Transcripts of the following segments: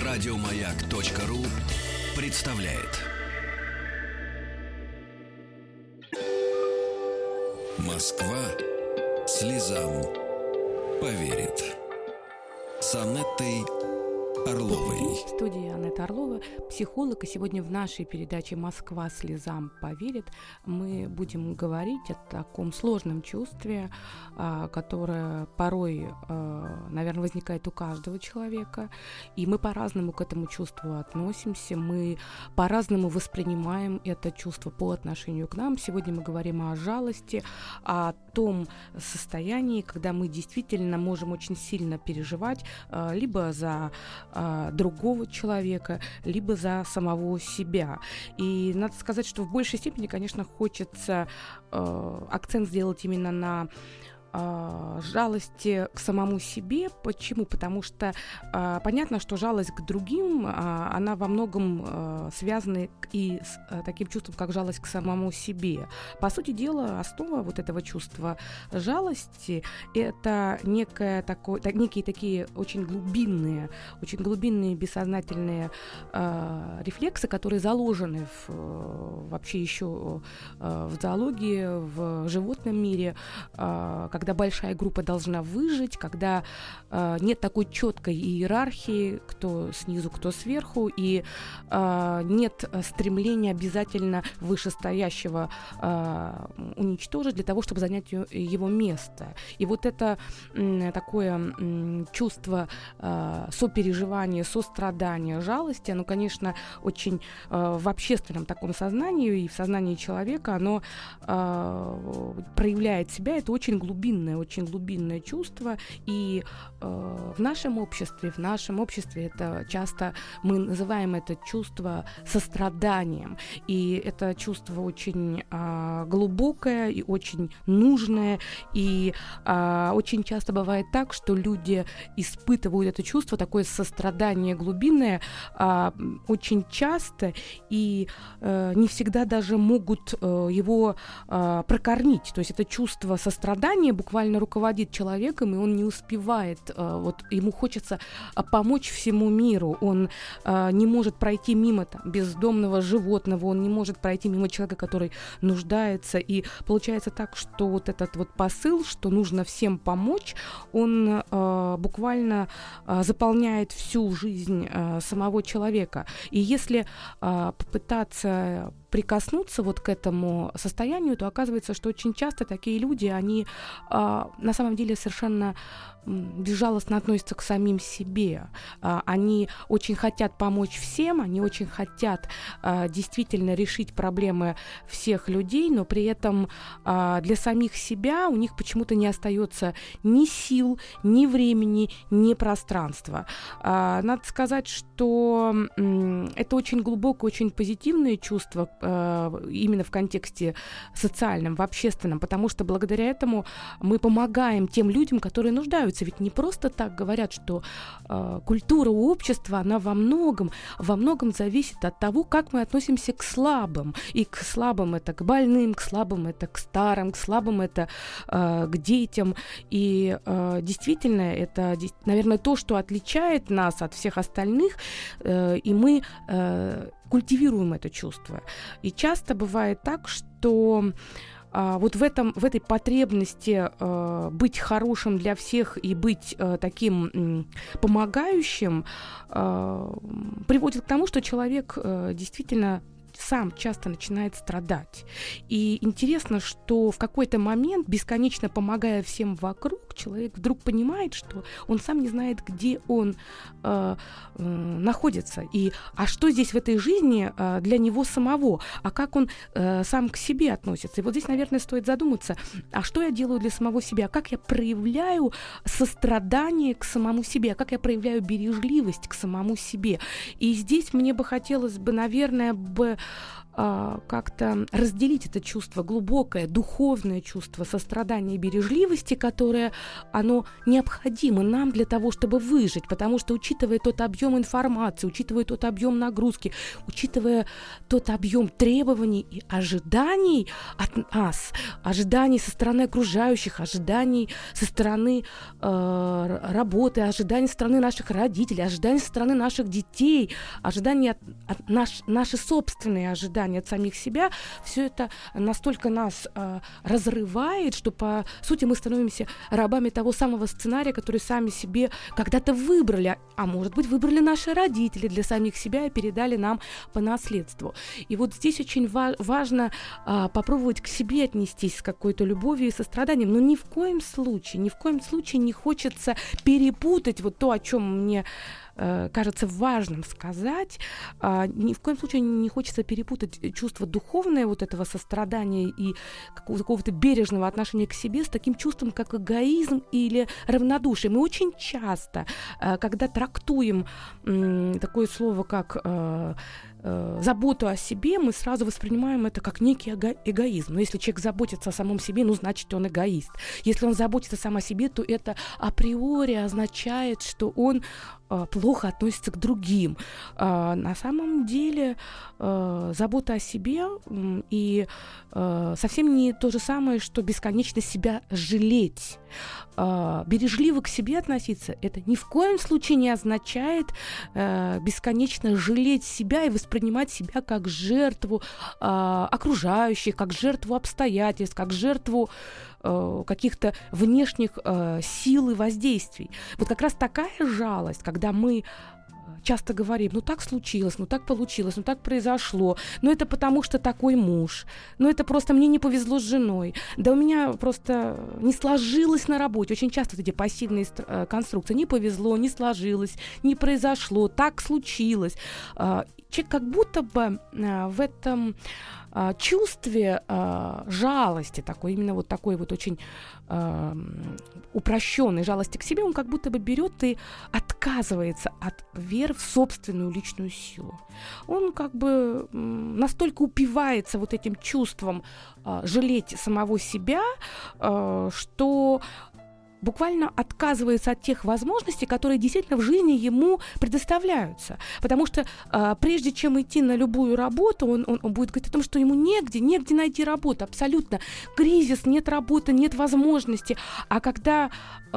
Радиомаяк.ру представляет. Москва слезам поверит. С Анеттой Орловой. В студии Анетта Орлова, психолог. И сегодня в нашей передаче «Москва слезам поверит» мы будем говорить о таком сложном чувстве, которое порой, наверное, возникает у каждого человека. И мы по-разному к этому чувству относимся, мы по-разному воспринимаем это чувство по отношению к нам. Сегодня мы говорим о жалости, о том состоянии, когда мы действительно можем очень сильно переживать либо за другого человека, либо за самого себя. И надо сказать, что в большей степени, конечно, хочется акцент сделать именно на жалости к самому себе. Почему? Потому что понятно, что жалость к другим, она во многом связана и с таким чувством, как жалость к самому себе. По сути дела, основа вот этого чувства жалости — это некие такие очень глубинные бессознательные рефлексы, которые заложены вообще еще в зоологии, в животном мире, когда большая группа должна выжить, когда нет такой четкой иерархии, кто снизу, кто сверху, и нет стремления обязательно вышестоящего уничтожить для того, чтобы занять его место. И вот это такое чувство сопереживания, сострадания, жалости, оно, конечно, очень в общественном таком сознании и в сознании человека оно проявляет себя. Это очень глубинное чувство, и в нашем обществе это часто мы называем это чувство состраданием, и это чувство очень глубокое и очень нужное, и очень часто бывает так, что люди испытывают это чувство, такое сострадание глубинное, очень часто и не всегда даже могут его прокормить, то есть это чувство сострадания буквально руководит человеком, и он не успевает, ему хочется помочь всему миру, он не может пройти мимо бездомного животного, он не может пройти мимо человека, который нуждается, и получается так, что вот этот вот посыл, что нужно всем помочь, он буквально заполняет всю жизнь самого человека. И если попытаться прикоснуться вот к этому состоянию, то оказывается, что очень часто такие люди, они на самом деле совершенно безжалостно относятся к самим себе. Они очень хотят помочь всем, они очень хотят действительно решить проблемы всех людей, но при этом для самих себя у них почему-то не остается ни сил, ни времени, ни пространства. Надо сказать, что это очень глубокое, очень позитивное чувство именно в контексте социальном, в общественном, потому что благодаря этому мы помогаем тем людям, которые нуждаются. Ведь не просто так говорят, что культура общества, она во многом зависит от того, как мы относимся к слабым. И к слабым это к больным, к слабым это к старым, к слабым это к детям. И действительно, это, наверное, то, что отличает нас от всех остальных, и мы культивируем это чувство. И часто бывает так, что вот в этой потребности быть хорошим для всех и быть таким помогающим приводит к тому, что человек действительно сам часто начинает страдать. И интересно, что в какой-то момент, бесконечно помогая всем вокруг, человек вдруг понимает, что он сам не знает, где он находится. А что здесь в этой жизни для него самого? А как он сам к себе относится? И вот здесь, наверное, стоит задуматься, а что я делаю для самого себя? Как я проявляю сострадание к самому себе? Как я проявляю бережливость к самому себе? И здесь мне бы хотелось бы, наверное, как-то разделить это чувство, глубокое, духовное чувство сострадания и бережливости, которое оно необходимо нам для того, чтобы выжить, потому что, учитывая тот объем информации, учитывая тот объем нагрузки, учитывая тот объем требований и ожиданий от нас, ожиданий со стороны окружающих, ожиданий со стороны работы, ожиданий со стороны наших родителей, ожиданий со стороны наших детей, ожиданий наши собственные ожидания от самих себя, все это настолько нас разрывает, что, по сути, мы становимся рабами того самого сценария, который сами себе когда-то выбрали, а может быть, выбрали наши родители для самих себя и передали нам по наследству. И вот здесь очень важно попробовать к себе отнестись с какой-то любовью и состраданием, но ни в коем случае не хочется перепутать вот то, о чем мне кажется важным сказать. Ни в коем случае не хочется перепутать чувство духовное вот этого сострадания и какого-то бережного отношения к себе с таким чувством, как эгоизм или равнодушие. Мы очень часто, когда трактуем такое слово, как заботу о себе, мы сразу воспринимаем это как некий эгоизм. Но если человек заботится о самом себе, значит, он эгоист. Если он заботится сам о себе, то это априори означает, что он плохо относится к другим. На самом деле забота о себе и совсем не то же самое, что бесконечно себя жалеть. Бережливо к себе относиться — это ни в коем случае не означает бесконечно жалеть себя и воспринимать себя как жертву окружающих, как жертву обстоятельств, как жертву каких-то внешних сил и воздействий. Вот как раз такая жалость, когда мы часто говорим: так случилось, так получилось, так произошло, это потому что такой муж, это просто мне не повезло с женой, да у меня просто не сложилось на работе. Очень часто вот эти пассивные конструкции: не повезло, не сложилось, не произошло, так случилось. Человек как будто бы в этом чувстве жалости, именно вот такой вот очень упрощенной жалости к себе, он как будто бы берет и отказывается от веры в собственную личную силу. Он как бы настолько упивается вот этим чувством жалеть самого себя, что буквально отказывается от тех возможностей, которые действительно в жизни ему предоставляются. Потому что прежде чем идти на любую работу, он будет говорить о том, что ему негде найти работу. Абсолютно. Кризис, нет работы, нет возможности. А когда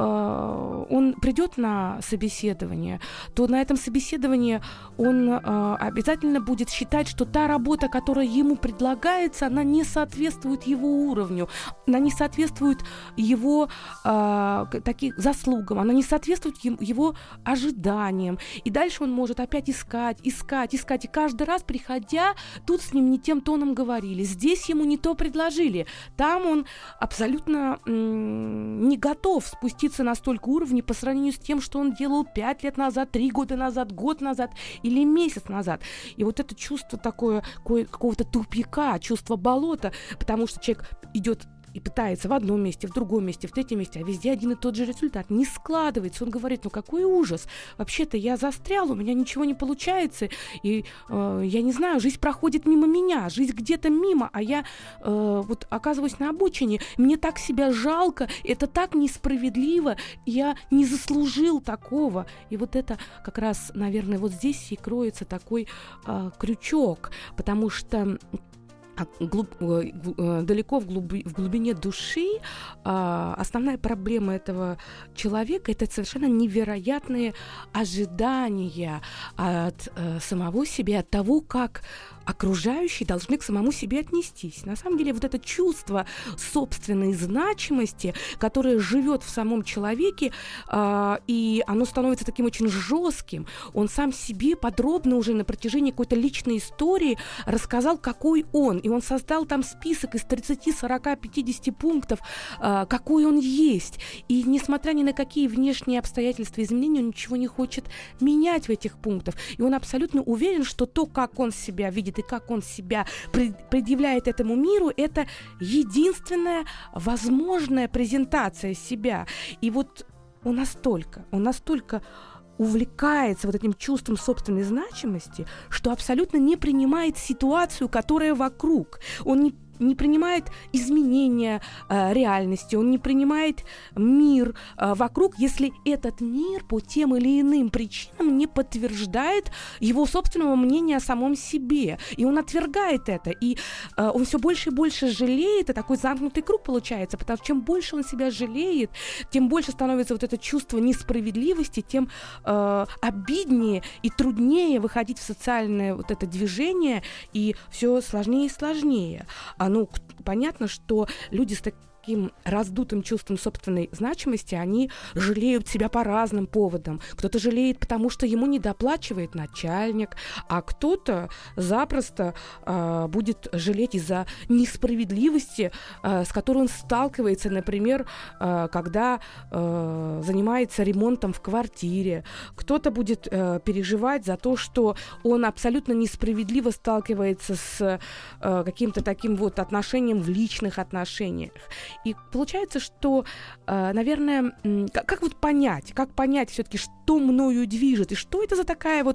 он придет на собеседование, то на этом собеседовании он обязательно будет считать, что та работа, которая ему предлагается, она не соответствует его уровню, она не соответствует его таким заслугам, она не соответствует его ожиданиям. И дальше он может опять искать. И каждый раз, приходя, тут с ним не тем тоном говорили, здесь ему не то предложили. Там он абсолютно не готов спуститься на столько уровней по сравнению с тем, что он делал 5 лет назад, 3 года назад, год назад или месяц назад. И вот это чувство такое какого-то тупика, чувство болота, потому что человек идет и пытается в одном месте, в другом месте, в третьем месте, а везде один и тот же результат. Не складывается. Он говорит: какой ужас. Вообще-то я застрял, у меня ничего не получается, и я не знаю, жизнь проходит мимо меня, жизнь где-то мимо, а я вот оказываюсь на обочине. Мне так себя жалко, это так несправедливо, я не заслужил такого. И вот это как раз, наверное, вот здесь и кроется такой крючок, потому что далеко в глубине души основная проблема этого человека — это совершенно невероятные ожидания от самого себя, от того, как окружающие должны к самому себе отнестись. На самом деле вот это чувство собственной значимости, которое живет в самом человеке, и оно становится таким очень жестким. Он сам себе подробно уже на протяжении какой-то личной истории рассказал, какой он. И он создал там список из 30, 40, 50 пунктов, какой он есть. И несмотря ни на какие внешние обстоятельства и изменения, он ничего не хочет менять в этих пунктах. И он абсолютно уверен, что то, как он себя видит и как он себя предъявляет этому миру, это единственная возможная презентация себя. И вот он настолько увлекается вот этим чувством собственной значимости, что абсолютно не принимает ситуацию, которая вокруг. Он не принимает изменения реальности, он не принимает мир вокруг, если этот мир по тем или иным причинам не подтверждает его собственного мнения о самом себе. И он отвергает это, и он все больше и больше жалеет, и такой замкнутый круг получается, потому что чем больше он себя жалеет, тем больше становится вот это чувство несправедливости, тем обиднее и труднее выходить в социальное вот это движение, и все сложнее и сложнее. Понятно, что люди с таким раздутым чувством собственной значимости, они жалеют себя по разным поводам. Кто-то жалеет, потому что ему недоплачивает начальник, а кто-то запросто будет жалеть из-за несправедливости, с которой он сталкивается, например, когда занимается ремонтом в квартире. Кто-то будет переживать за то, что он абсолютно несправедливо сталкивается с каким-то таким вот отношением в личных отношениях. И получается, что, наверное, как понять все-таки, что мною движет, и что это за такое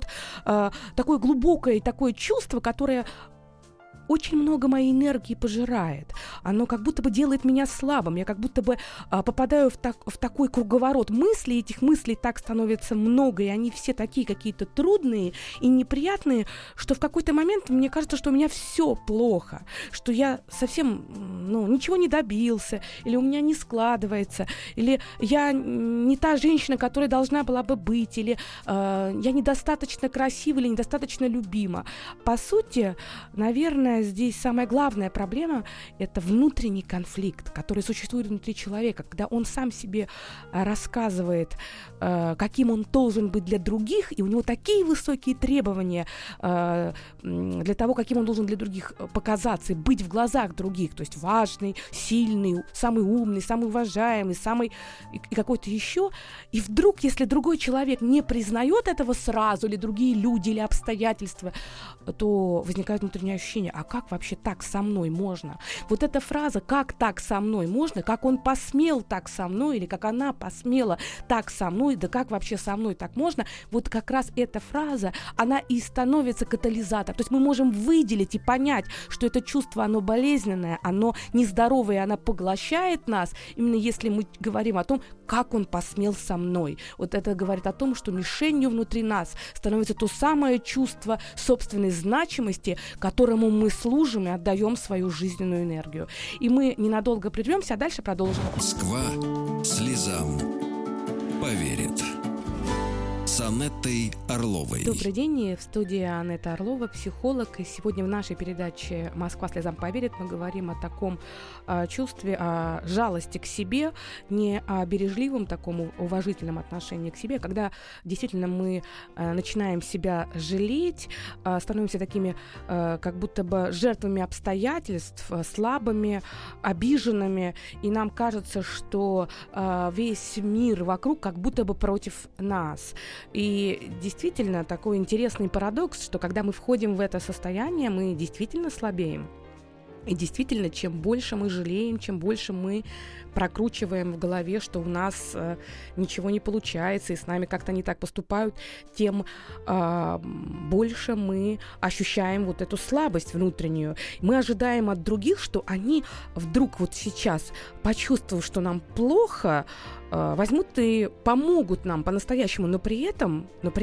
глубокое такое чувство, которое очень много моей энергии пожирает. Оно как будто бы делает меня слабым. Я как будто бы попадаю в такой круговорот мыслей. Этих мыслей так становится много, и они все такие какие-то трудные и неприятные, что в какой-то момент мне кажется, что у меня все плохо, что я совсем ничего не добился, или у меня не складывается, или я не та женщина, которая должна была бы быть, или я недостаточно красива, или недостаточно любима. По сути, наверное, здесь самая главная проблема – это внутренний конфликт, который существует внутри человека, когда он сам себе рассказывает, каким он должен быть для других, и у него такие высокие требования для того, каким он должен для других показаться, быть в глазах других, то есть важный, сильный, самый умный, самый уважаемый, самый и какой-то еще. И вдруг, если другой человек не признает этого сразу, или другие люди, или обстоятельства, то возникает внутреннее ощущение: а как вообще так со мной можно? Вот эта фраза «как так со мной можно», как он посмел так со мной, или как она посмела так со мной, да как вообще со мной так можно, вот как раз эта фраза, она и становится катализатором. То есть мы можем выделить и понять, что это чувство, оно болезненное, оно нездоровое, оно поглощает нас, именно если мы говорим о том, как он посмел со мной. Вот это говорит о том, что мишенью внутри нас становится то самое чувство собственной значимости, которому мы служим и отдаем свою жизненную энергию. И мы ненадолго прервемся, а дальше продолжим. Москва слезам поверит. С Анеттой Орловой. Добрый день, в студии Анетта Орлова, психолог. И сегодня в нашей передаче «Москва слезам поверит» мы говорим о таком чувстве, о жалости к себе, не о бережливом таком уважительном отношении к себе, когда действительно мы начинаем себя жалеть, становимся такими как будто бы жертвами обстоятельств, слабыми, обиженными, и нам кажется, что весь мир вокруг как будто бы против нас. И действительно такой интересный парадокс, что когда мы входим в это состояние, мы действительно слабеем. И действительно, чем больше мы жалеем, чем больше мы прокручиваем в голове, что у нас ничего не получается, и с нами как-то не так поступают, тем больше мы ощущаем вот эту слабость внутреннюю. Мы ожидаем от других, что они вдруг вот сейчас, почувствовав, что нам плохо, возьмут и помогут нам по-настоящему, но при этом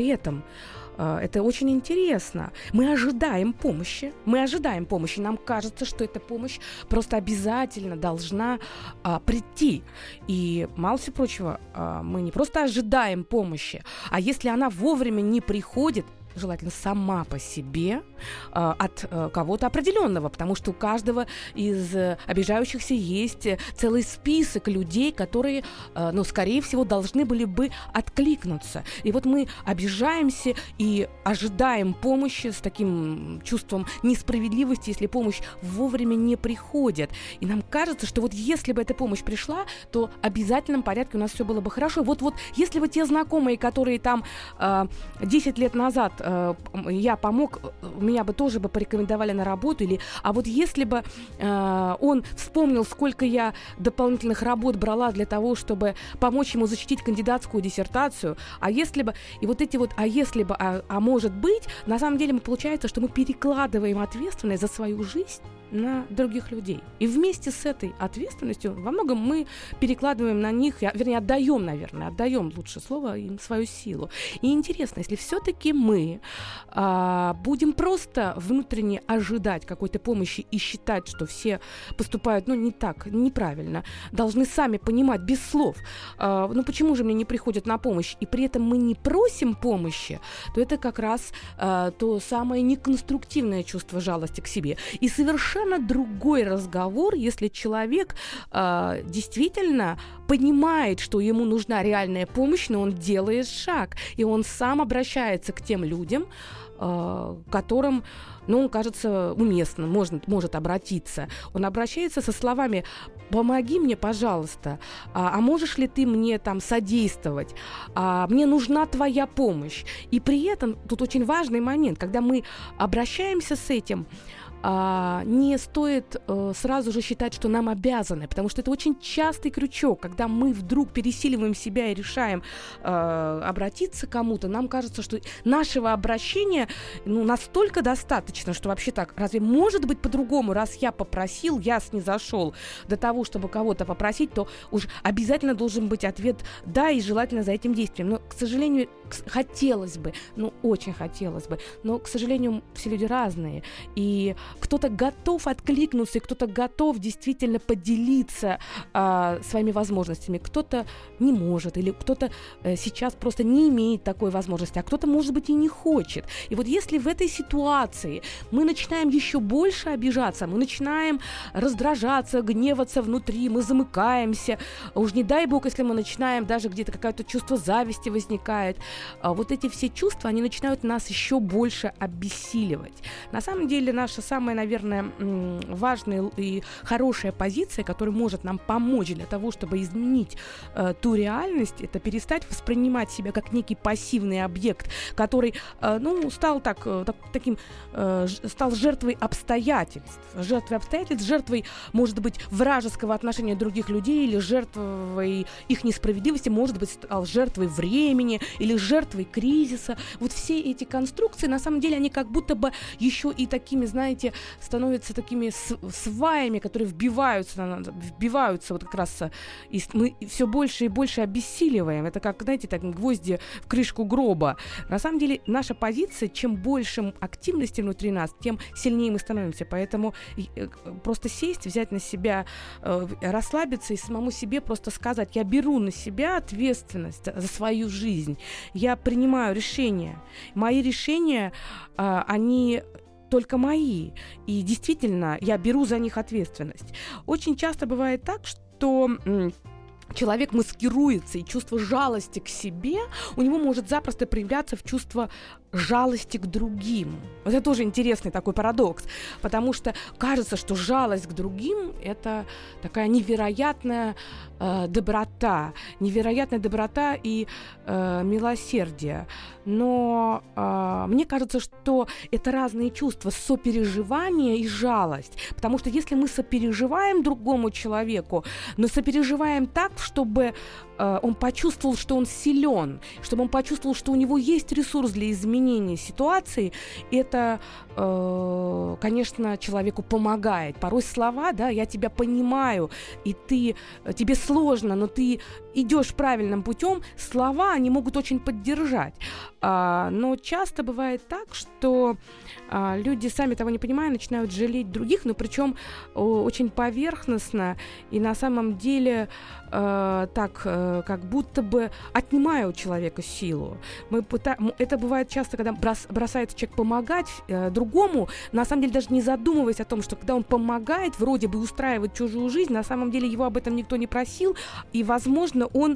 это очень интересно. Мы ожидаем помощи, нам кажется, что эта помощь просто обязательно должна прийти. И, мало всего прочего, мы не просто ожидаем помощи, а если она вовремя не приходит, желательно сама по себе, от кого-то определенного, потому что у каждого из обижающихся есть целый список людей, которые, скорее всего, должны были бы откликнуться. И вот мы обижаемся и ожидаем помощи с таким чувством несправедливости, если помощь вовремя не приходит. И нам кажется, что вот если бы эта помощь пришла, то в обязательном порядке у нас все было бы хорошо. Вот если бы те знакомые, которые там 10 лет назад я помог, меня бы тоже бы порекомендовали на работу, или, а вот если бы он вспомнил, сколько я дополнительных работ брала для того, чтобы помочь ему защитить кандидатскую диссертацию, а если бы, и вот эти вот, а если бы, а может быть, на самом деле получается, что мы перекладываем ответственность за свою жизнь на других людей. И вместе с этой ответственностью во многом мы перекладываем на них, отдаем, лучше слово, им свою силу. И интересно, если все-таки мы будем просто внутренне ожидать какой-то помощи и считать, что все поступают, не так, неправильно, должны сами понимать без слов, почему же мне не приходят на помощь, и при этом мы не просим помощи, то это как раз то самое неконструктивное чувство жалости к себе. И совершенно другой разговор, если человек действительно понимает, что ему нужна реальная помощь, но он делает шаг, и он сам обращается к тем людям, которым, он кажется уместным, может обратиться. Он обращается со словами: «Помоги мне, пожалуйста, а можешь ли ты мне там содействовать? Мне нужна твоя помощь». И при этом тут очень важный момент, когда мы обращаемся с этим, не стоит сразу же считать, что нам обязаны, потому что это очень частый крючок, когда мы вдруг пересиливаем себя и решаем обратиться к кому-то, нам кажется, что нашего обращения настолько достаточно, что вообще так, разве может быть по-другому, раз я попросил, я снизошел до того, чтобы кого-то попросить, то уж обязательно должен быть ответ «да», и желательно за этим действием. Но, к сожалению, хотелось бы, очень хотелось бы, но, к сожалению, все люди разные, и кто-то готов откликнуться, и кто-то готов действительно поделиться своими возможностями, кто-то не может, или кто-то сейчас просто не имеет такой возможности, а кто-то, может быть, и не хочет. И вот если в этой ситуации мы начинаем еще больше обижаться, мы начинаем раздражаться, гневаться внутри, мы замыкаемся, уж не дай бог, если мы начинаем, даже где-то какое-то чувство зависти возникает, вот эти все чувства, они начинают нас еще больше обессиливать. На самом деле, наша самая, наверное, важная и хорошая позиция, которая может нам помочь для того, чтобы изменить ту реальность, это перестать воспринимать себя как некий пассивный объект, который, стал стал жертвой обстоятельств, жертвой, может быть, вражеского отношения других людей, или жертвой их несправедливости, может быть, стал жертвой времени, или жертвой кризиса. Вот все эти конструкции, на самом деле, они как будто бы еще и такими, знаете, становятся такими сваями, которые вбиваются вот как раз, и мы все больше и больше обессиливаем. Это как, знаете, так, гвозди в крышку гроба. На самом деле, наша позиция, чем больше активности внутри нас, тем сильнее мы становимся. Поэтому просто сесть, взять на себя, расслабиться и самому себе просто сказать: я беру на себя ответственность за свою жизнь, я принимаю решения. Мои решения, они только мои. И действительно, я беру за них ответственность. Очень часто бывает так, что человек маскируется, и чувство жалости к себе у него может запросто проявляться в чувство жалости к другим. Вот это тоже интересный такой парадокс, потому что кажется, что жалость к другим – это такая невероятная доброта и милосердие. Но мне кажется, что это разные чувства: сопереживание и жалость. Потому что если мы сопереживаем другому человеку, но сопереживаем так, чтобы он почувствовал, что он силен, чтобы он почувствовал, что у него есть ресурс для изменения ситуации, это, конечно, человеку помогает. Порой слова, да, я тебя понимаю, и тебе сложно, но ты идешь правильным путем, слова, они могут очень поддержать. Но часто бывает так, что люди, сами того не понимая, начинают жалеть других, но причем очень поверхностно, и на самом деле как будто бы отнимая у человека силу. Это бывает часто, когда бросается человек помогать другому, на самом деле даже не задумываясь о том, что когда он помогает, вроде бы устраивает чужую жизнь, на самом деле его об этом никто не просил, и, возможно, он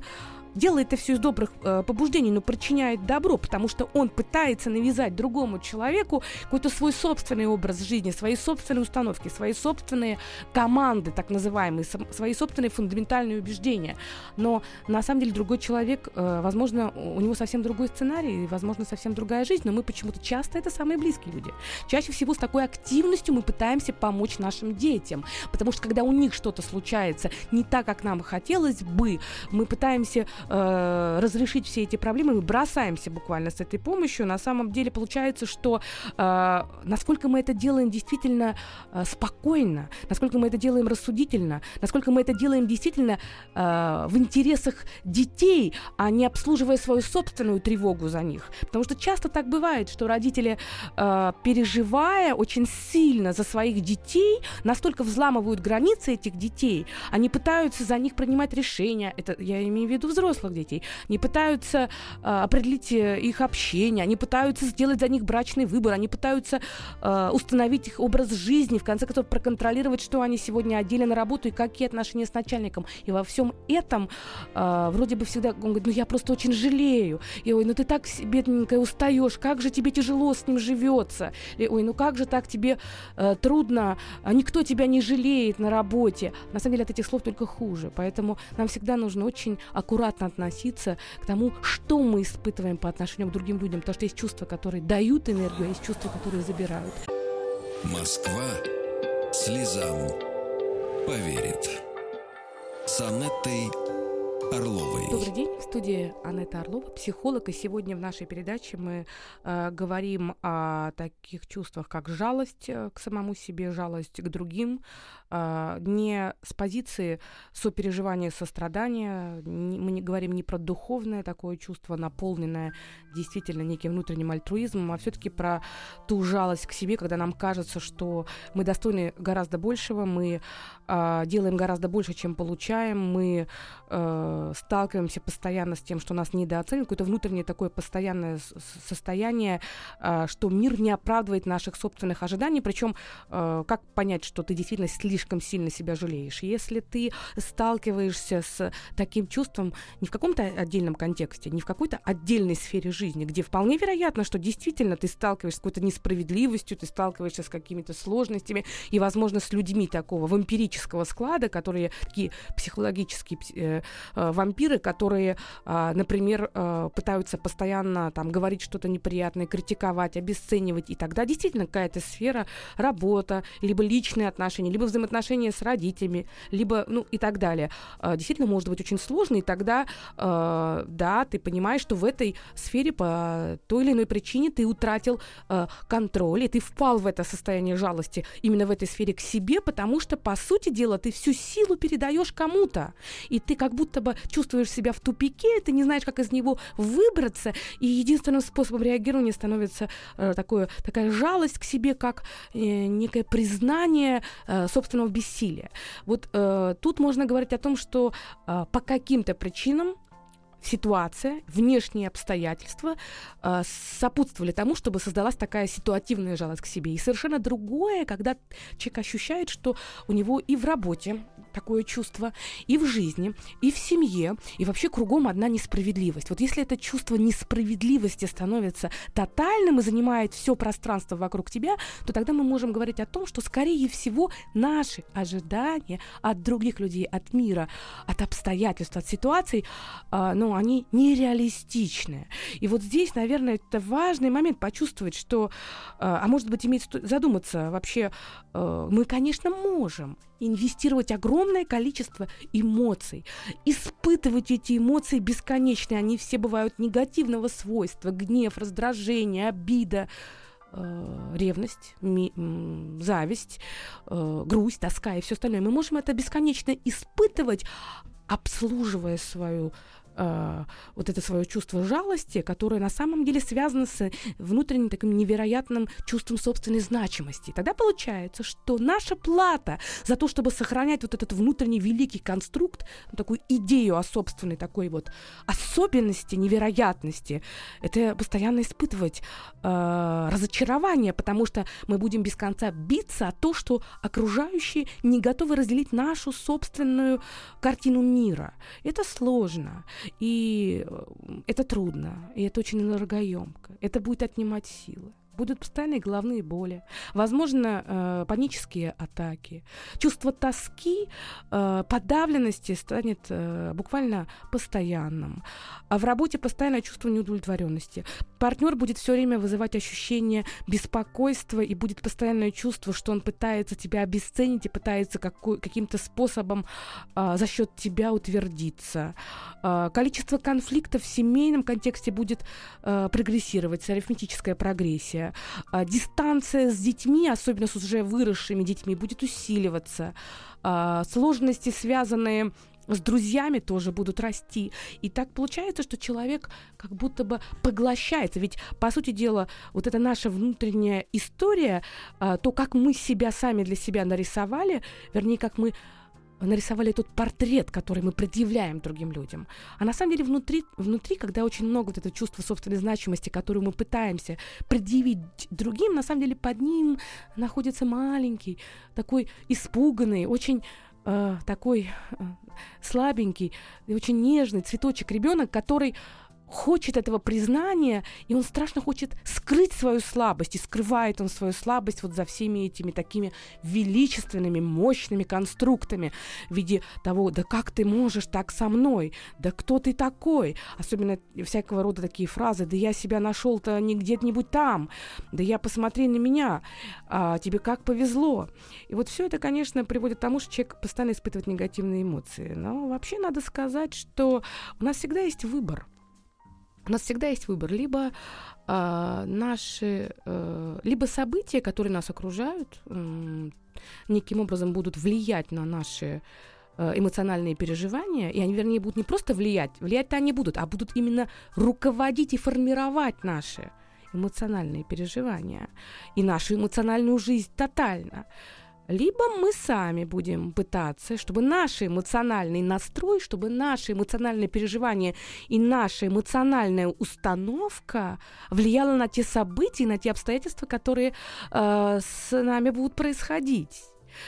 делает это все из добрых побуждений, но причиняет добро, потому что он пытается навязать другому человеку какой-то свой собственный образ жизни, свои собственные установки, свои собственные команды, так называемые, свои собственные фундаментальные убеждения. Но на самом деле другой человек, возможно, у него совсем другой сценарий, возможно, совсем другая жизнь, но мы почему-то часто это самые близкие люди. Чаще всего с такой активностью мы пытаемся помочь нашим детям, потому что когда у них что-то случается не так, как нам хотелось бы, мы пытаемся разрешить все эти проблемы, мы бросаемся буквально с этой помощью. На самом деле получается, что насколько мы это делаем действительно спокойно, насколько мы это делаем рассудительно, насколько мы это делаем действительно в интересах детей, а не обслуживая свою собственную тревогу за них. Потому что часто так бывает, что родители, переживая очень сильно за своих детей, настолько взламывают границы этих детей, они пытаются за них принимать решения, это я имею в виду взрослых детей, они пытаются определить их общение, они пытаются сделать за них брачный выбор, они пытаются установить их образ жизни, в конце концов проконтролировать, что они сегодня одели на работу и какие отношения с начальником. И во всем этом вроде бы всегда он говорит, я просто очень жалею. И ой, ты так, бедненькая, устаешь, как же тебе тяжело с ним живется. И ой, как же так тебе трудно, никто тебя не жалеет на работе. На самом деле от этих слов только хуже. Поэтому нам всегда нужно очень аккуратно относиться к тому, что мы испытываем по отношению к другим людям. Потому что есть чувства, которые дают энергию, а есть чувства, которые забирают. Москва слезам поверит. С Анеттой Орловой. Добрый день, в студии Анетта Орлова, психолог, и сегодня в нашей передаче мы говорим о таких чувствах, как жалость к самому себе, жалость к другим, не с позиции сопереживания, сострадания, мы не говорим не про духовное такое чувство, наполненное действительно неким внутренним альтруизмом, а все-таки про ту жалость к себе, когда нам кажется, что мы достойны гораздо большего, мы делаем гораздо больше, чем получаем, мы сталкиваемся постоянно с тем, что нас недооценивают, какое-то внутреннее такое постоянное состояние, что мир не оправдывает наших собственных ожиданий, причем как понять, что ты действительно слишком сильно себя жалеешь? Если ты сталкиваешься с таким чувством не в каком-то отдельном контексте, не в какой-то отдельной сфере жизни, где вполне вероятно, что действительно ты сталкиваешься с какой-то несправедливостью, ты сталкиваешься с какими-то сложностями и, возможно, с людьми такого вампирического склада, которые такие психологические вампиры, которые, например, пытаются постоянно говорить что-то неприятное, критиковать, обесценивать, и тогда действительно какая-то сфера, работа, либо личные отношения, либо взаимоотношения с родителями, либо, и так далее, действительно может быть очень сложно, и тогда, да, ты понимаешь, что в этой сфере по той или иной причине ты утратил контроль, и ты впал в это состояние жалости именно в этой сфере к себе, потому что, по сути дела, ты всю силу передаешь кому-то, и ты как будто бы чувствуешь себя в тупике, ты не знаешь, как из него выбраться, и единственным способом реагирования становится такая жалость к себе, как некое признание собственного бессилия. Вот тут можно говорить о том, что по каким-то причинам ситуация, внешние обстоятельства сопутствовали тому, чтобы создалась такая ситуативная жалость к себе. И совершенно другое, когда человек ощущает, что у него и в работе такое чувство, и в жизни, и в семье, и вообще кругом одна несправедливость. Вот если это чувство несправедливости становится тотальным и занимает все пространство вокруг тебя, то тогда мы можем говорить о том, что, скорее всего, наши ожидания от других людей, от мира, от обстоятельств, от ситуаций, они нереалистичны. И вот здесь, наверное, это важный момент почувствовать, что, а может быть, задуматься вообще, мы, конечно, можем инвестировать огромное количество эмоций, испытывать эти эмоции бесконечно, они все бывают негативного свойства, гнев, раздражение, обида, ревность, зависть, грусть, тоска и все остальное. Мы можем это бесконечно испытывать, обслуживая свое свое чувство жалости, которое на самом деле связано с внутренним таким невероятным чувством собственной значимости. Тогда получается, что наша плата за то, чтобы сохранять вот этот внутренний великий конструкт, такую идею о собственной такой вот особенности, невероятности, это постоянно испытывать разочарование, потому что мы будем без конца биться о то, что окружающие не готовы разделить нашу собственную картину мира. Это сложно. И это трудно, и это очень энергоемко. Это будет отнимать силы. Будут постоянные головные боли, возможно, панические атаки. Чувство тоски, подавленности станет буквально постоянным. А в работе постоянное чувство неудовлетворенности. Партнер будет все время вызывать ощущение беспокойства, и будет постоянное чувство, что он пытается тебя обесценить и пытается каким-то способом за счет тебя утвердиться. Количество конфликтов в семейном контексте будет прогрессировать, арифметическая прогрессия. Дистанция с детьми, особенно с уже выросшими детьми, будет усиливаться. Сложности, связанные с друзьями, тоже будут расти. И так получается, что человек как будто бы поглощается. Ведь, по сути дела, вот эта наша внутренняя история, то, как мы себя сами для себя нарисовали, вернее, как мы нарисовали тот портрет, который мы предъявляем другим людям. А на самом деле внутри, когда очень много вот этого чувства собственной значимости, которую мы пытаемся предъявить другим, на самом деле под ним находится маленький, такой испуганный, очень такой слабенький и очень нежный цветочек, ребенок, который хочет этого признания, и он страшно хочет скрыть свою слабость, и скрывает он свою слабость вот за всеми этими такими величественными, мощными конструктами в виде того, да как ты можешь так со мной, да кто ты такой, особенно всякого рода такие фразы, да я себя нашел-то не где-нибудь там, да я посмотри на меня, тебе как повезло. И вот все это, конечно, приводит к тому, что человек постоянно испытывает негативные эмоции. Но вообще надо сказать, что у нас всегда есть выбор. У нас всегда есть выбор. Либо либо события, которые нас окружают, неким образом будут влиять на наши эмоциональные переживания, и они, вернее, будут не просто влиять-то они будут, а будут именно руководить и формировать наши эмоциональные переживания и нашу эмоциональную жизнь тотально. Либо мы сами будем пытаться, чтобы наш эмоциональный настрой, чтобы наши эмоциональные переживания и наша эмоциональная установка влияла на те события, на те обстоятельства, которые с нами будут происходить.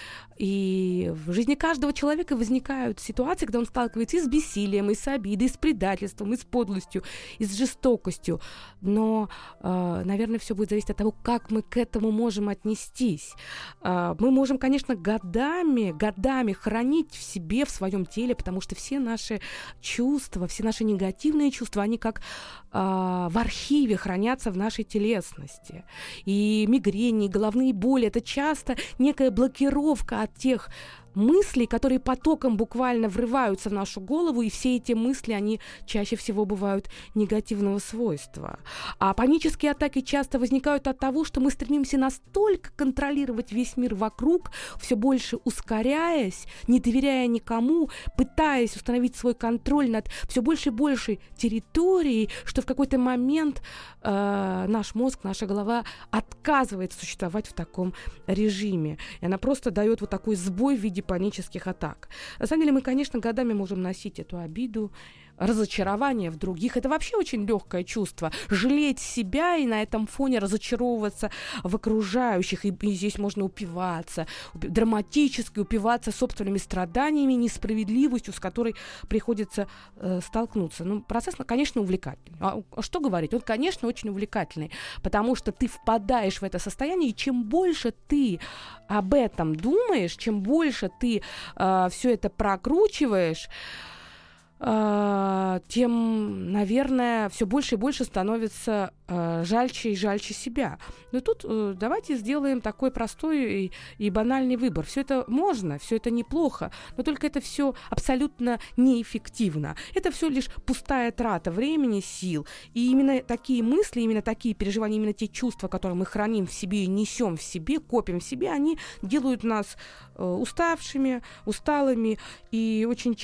И в жизни каждого человека возникают ситуации, когда он сталкивается и с бессилием, и с обидой, и с предательством, и с подлостью, и с жестокостью. Но, наверное, все будет зависеть от того, как мы к этому можем отнестись. Мы можем, конечно, годами хранить в себе, в своем теле, потому что все наши чувства, все наши негативные чувства, они как в архиве хранятся в нашей телесности. И мигрени, и головные боли — это часто некая блокировка от тех мыслей, которые потоком буквально врываются в нашу голову, и все эти мысли, они чаще всего бывают негативного свойства. А панические атаки часто возникают от того, что мы стремимся настолько контролировать весь мир вокруг, все больше ускоряясь, не доверяя никому, пытаясь установить свой контроль над все больше и большей территорией, что в какой-то момент наш мозг, наша голова отказывается существовать в таком режиме. И она просто дает вот такой сбой в виде панических атак. На самом деле мы, конечно, годами можем носить эту обиду, разочарование в других. Это вообще очень легкое чувство. Жалеть себя и на этом фоне разочаровываться в окружающих. И здесь можно упиваться, драматически упиваться собственными страданиями, несправедливостью, с которой приходится столкнуться. Ну, процесс, конечно, увлекательный. А что говорить? Он, конечно, очень увлекательный, потому что ты впадаешь в это состояние, и чем больше ты об этом думаешь, чем больше ты все это прокручиваешь, тем, наверное, все больше и больше становится жальче и жальче себя. Но тут давайте сделаем такой простой и банальный выбор. Все это можно, все это неплохо, но только это все абсолютно неэффективно. Это все лишь пустая трата времени, сил. И именно такие мысли, именно такие переживания, именно те чувства, которые мы храним в себе и несем в себе, копим в себе, они делают нас уставшими, усталыми, и очень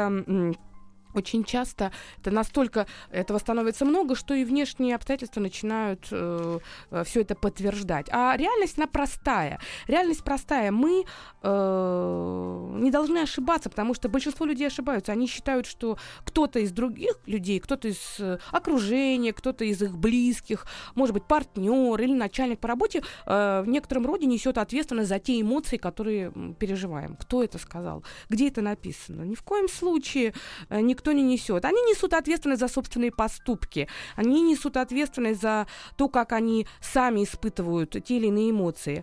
часто этого становится много, что и внешние обстоятельства начинают все это подтверждать. А реальность, она простая. Реальность простая. Мы не должны ошибаться, потому что большинство людей ошибаются. Они считают, что кто-то из других людей, кто-то из окружения, кто-то из их близких, может быть, партнер или начальник по работе, в некотором роде несет ответственность за те эмоции, которые переживаем. Кто это сказал? Где это написано? Ни в коем случае никто не несет. Они несут ответственность за собственные поступки. Они несут ответственность за то, как они сами испытывают те или иные эмоции.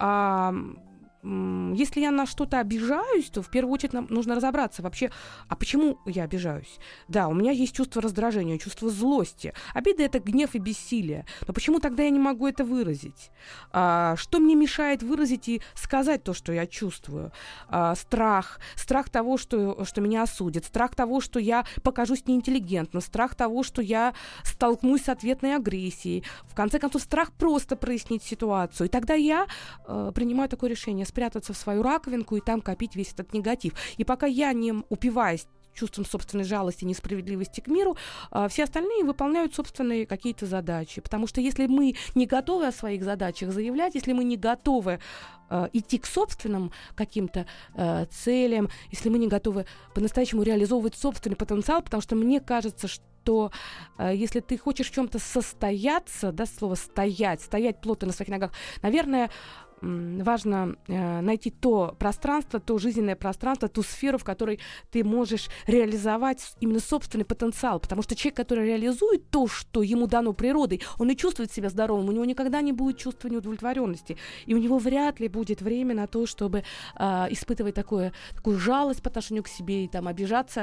Если я на что-то обижаюсь, то в первую очередь нам нужно разобраться вообще, а почему я обижаюсь? Да, у меня есть чувство раздражения, чувство злости. Обида — это гнев и бессилие. Но почему тогда я не могу это выразить? Что мне мешает выразить и сказать то, что я чувствую? Страх того, что меня осудят, страх того, что я покажусь неинтеллигентным, страх того, что я столкнусь с ответной агрессией. В конце концов, страх просто прояснить ситуацию. И тогда я принимаю такое решение — спрятаться в свою раковинку и там копить весь этот негатив. И пока я не упиваюсь чувством собственной жалости и несправедливости к миру, все остальные выполняют собственные какие-то задачи. Потому что если мы не готовы о своих задачах заявлять, если мы не готовы идти к собственным каким-то целям, если мы не готовы по-настоящему реализовывать собственный потенциал, потому что мне кажется, что если ты хочешь в чем-то состояться, да, слово стоять плотно на своих ногах, наверное, важно найти то пространство, то жизненное пространство, ту сферу, в которой ты можешь реализовать именно собственный потенциал. Потому что человек, который реализует то, что ему дано природой, он и чувствует себя здоровым, у него никогда не будет чувства неудовлетворенности. И у него вряд ли будет время на то, чтобы испытывать такую жалость по отношению к себе и там обижаться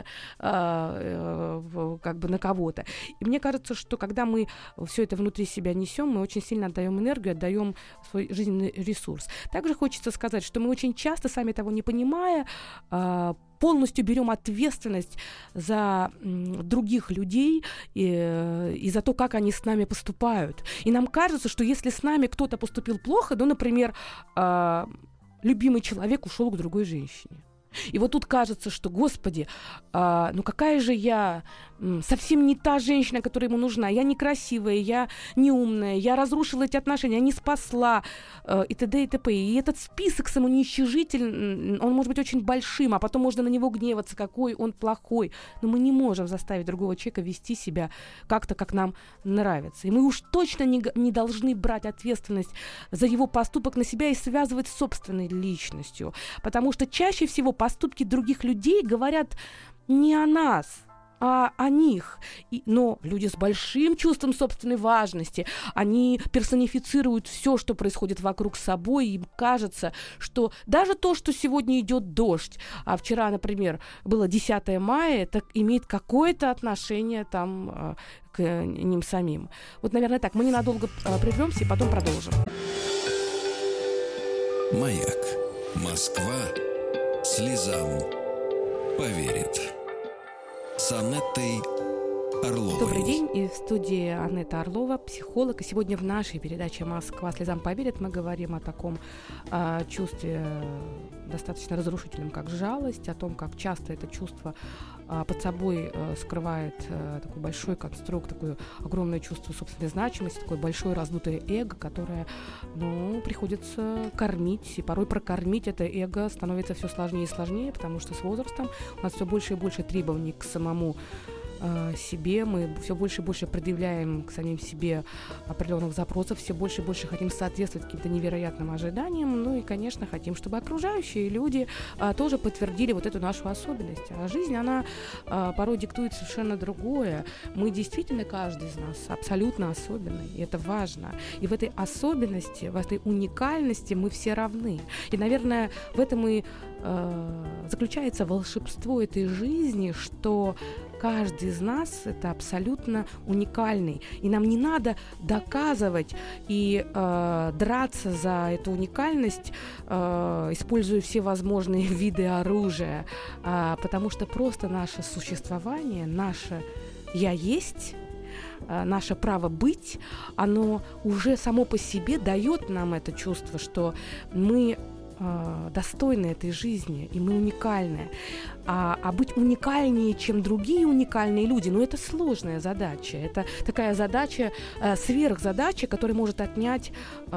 как бы на кого-то. И мне кажется, что когда мы все это внутри себя несем, мы очень сильно отдаем энергию, отдаем свой жизненный ресурс. Также хочется сказать, что мы очень часто, сами того не понимая, полностью берем ответственность за других людей и за то, как они с нами поступают. И нам кажется, что если с нами кто-то поступил плохо, ну, например, любимый человек ушел к другой женщине. И вот тут кажется, что, Господи, ну какая же я совсем не та женщина, которая ему нужна. Я некрасивая, я неумная, я разрушила эти отношения, я не спасла, и т.д. и т.п. И этот список самоуничижительный, он может быть очень большим, а потом можно на него гневаться, какой он плохой. Но мы не можем заставить другого человека вести себя как-то, как нам нравится. И мы уж точно не должны брать ответственность за его поступок на себя и связывать с собственной личностью. Потому что чаще всего поступки других людей говорят не о нас, а о них. Но люди с большим чувством собственной важности, они персонифицируют все, что происходит вокруг собой, и им кажется, что даже то, что сегодня идет дождь, а вчера, например, было 10 мая, это имеет какое-то отношение там к ним самим. Вот, наверное, так. Мы ненадолго прервемся и потом продолжим. Маяк. Москва слезам поверит. С Анеттой Орловой. Добрый день. И в студии Анетта Орлова, психолог. И сегодня в нашей передаче «Москва слезам поверит» мы говорим о таком чувстве достаточно разрушительном, как жалость, о том, как часто это чувство под собой скрывает такой большой конструкт, такое огромное чувство собственной значимости, такое большое раздутое эго, которое, приходится кормить. И порой прокормить это эго становится все сложнее и сложнее, потому что с возрастом у нас все больше и больше требований к самому себе, мы все больше и больше предъявляем к самим себе определенных запросов, все больше и больше хотим соответствовать каким-то невероятным ожиданиям, ну и, конечно, хотим, чтобы окружающие люди тоже подтвердили вот эту нашу особенность. А жизнь, она порой диктует совершенно другое. Мы действительно, каждый из нас абсолютно особенный, и это важно. И в этой особенности, в этой уникальности мы все равны. И, наверное, в этом и заключается волшебство этой жизни, что каждый из нас — это абсолютно уникальный. И нам не надо доказывать и драться за эту уникальность, используя все возможные виды оружия, потому что просто наше существование, наше «я есть», наше право быть, оно уже само по себе дает нам это чувство, что мы достойны этой жизни, и мы уникальны. А быть уникальнее, чем другие уникальные люди, это сложная задача. Это такая задача, сверхзадача, которая может отнять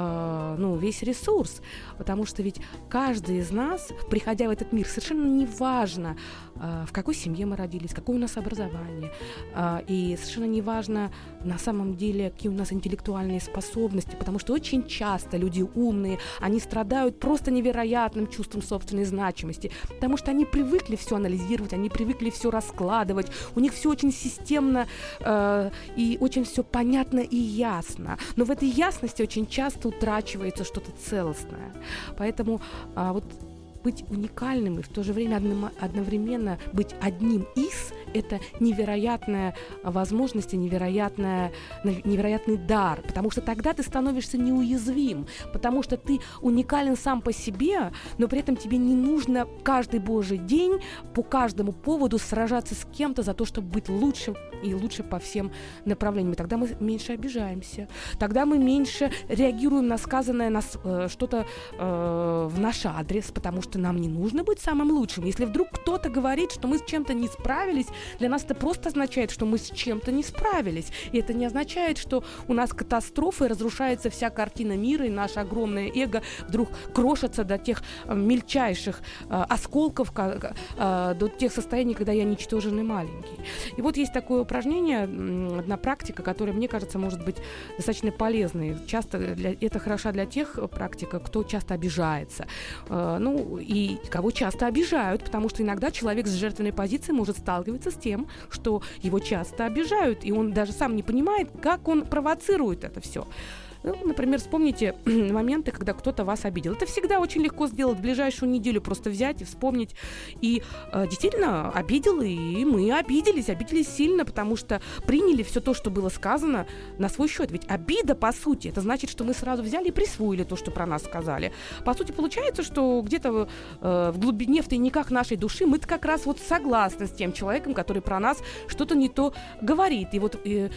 весь ресурс. Потому что ведь каждый из нас, приходя в этот мир, совершенно не важно, в какой семье мы родились, какое у нас образование, и совершенно не важно на самом деле, какие у нас интеллектуальные способности, потому что очень часто люди умные, они страдают просто невероятным чувством собственной значимости, потому что они привыкли все анализировать, они привыкли все раскладывать, у них все очень системно и очень все понятно и ясно. Но в этой ясности очень часто утрачивается что-то целостное. Поэтому вот быть уникальным и в то же время одновременно быть одним из – это невероятная возможность и невероятный дар, потому что тогда ты становишься неуязвим, потому что ты уникален сам по себе, но при этом тебе не нужно каждый божий день по каждому поводу сражаться с кем-то за то, чтобы быть лучше и лучше по всем направлениям. И тогда мы меньше обижаемся, тогда мы меньше реагируем на сказанное что-то в наш адрес, потому что нам не нужно быть самым лучшим. Если вдруг кто-то говорит, что мы с чем-то не справились, для нас это просто означает, что мы с чем-то не справились. И это не означает, что у нас катастрофа и разрушается вся картина мира, и наше огромное эго вдруг крошится до тех мельчайших осколков, до тех состояний, когда я ничтожен и маленький. И вот есть такое упражнение, одна практика, которая, мне кажется, может быть достаточно полезной. Часто это хороша для тех практика, кто часто обижается. И кого часто обижают, потому что иногда человек с жертвенной позиции может сталкиваться с тем, что его часто обижают, и он даже сам не понимает, как он провоцирует это все. Например, вспомните моменты, когда кто-то вас обидел. Это всегда очень легко сделать, в ближайшую неделю просто взять и вспомнить. И действительно обидел, и мы обиделись сильно, потому что приняли все то, что было сказано, на свой счет. Ведь обида, по сути, это значит, что мы сразу взяли и присвоили то, что про нас сказали. По сути, получается, что где-то в глубине, в тайниках нашей души мы как раз вот согласны с тем человеком, который про нас что-то не то говорит. И вот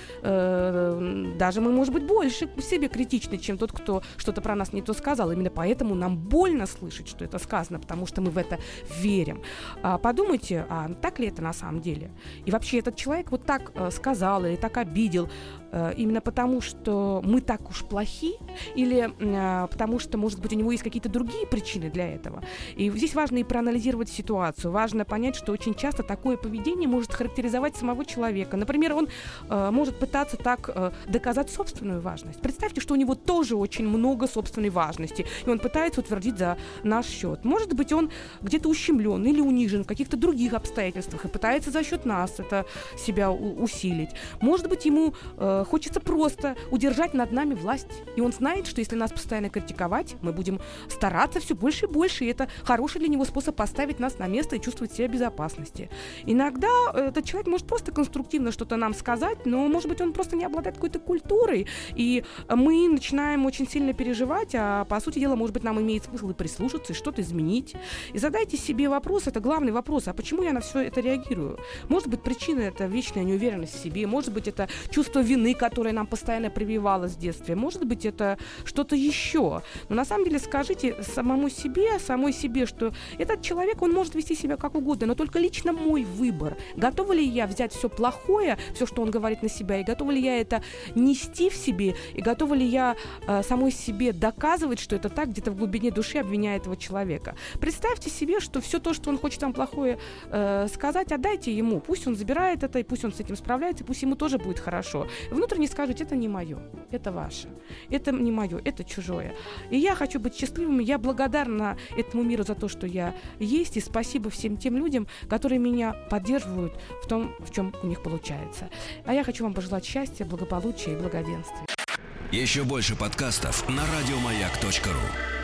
даже мы, может быть, больше к себе критичны, чем тот, кто что-то про нас не то сказал. Именно поэтому нам больно слышать, что это сказано, потому что мы в это верим. Подумайте, так ли это на самом деле? И вообще этот человек вот так сказал или так обидел именно потому, что мы так уж плохи, или потому что, может быть, у него есть какие-то другие причины для этого. И здесь важно и проанализировать ситуацию. Важно понять, что очень часто такое поведение может характеризовать самого человека. Например, он может пытаться так доказать собственную важность. Представьте, что у него тоже очень много собственной важности, и он пытается утвердить за наш счет. Может быть, он где-то ущемлен или унижен в каких-то других обстоятельствах и пытается за счет нас это себя усилить. Может быть, ему хочется просто удержать над нами власть, и он знает, что если нас постоянно критиковать, мы будем стараться все больше и больше, и это хороший для него способ поставить нас на место и чувствовать себя в безопасности. Иногда этот человек может просто конструктивно что-то нам сказать, но, может быть, он просто не обладает какой-то культурой, и мы начинаем очень сильно переживать, а по сути дела, может быть, нам имеет смысл и прислушаться, и что-то изменить. И задайте себе вопрос, это главный вопрос, а почему я на все это реагирую? Может быть, причина — это вечная неуверенность в себе, может быть, это чувство вины, которое нам постоянно прививалось в детстве, может быть, это что-то еще. Но на самом деле скажите самой себе, что этот человек, он может вести себя как угодно, но только лично мой выбор. Готова ли я взять все плохое, все, что он говорит на себя, и готова ли я это нести в себе, и готова ли я самой себе доказывать, что это так, где-то в глубине души обвиняя этого человека. Представьте себе, что все то, что он хочет вам плохое сказать, отдайте ему. Пусть он забирает это, и пусть он с этим справляется, и пусть ему тоже будет хорошо. Внутренне скажите: это не мое, это ваше, это не мое, это чужое. И я хочу быть счастливым, я благодарна этому миру за то, что я есть, и спасибо всем тем людям, которые меня поддерживают в том, в чем у них получается. А я хочу вам пожелать счастья, благополучия и благоденствия. Еще больше подкастов на радиомаяк.ру.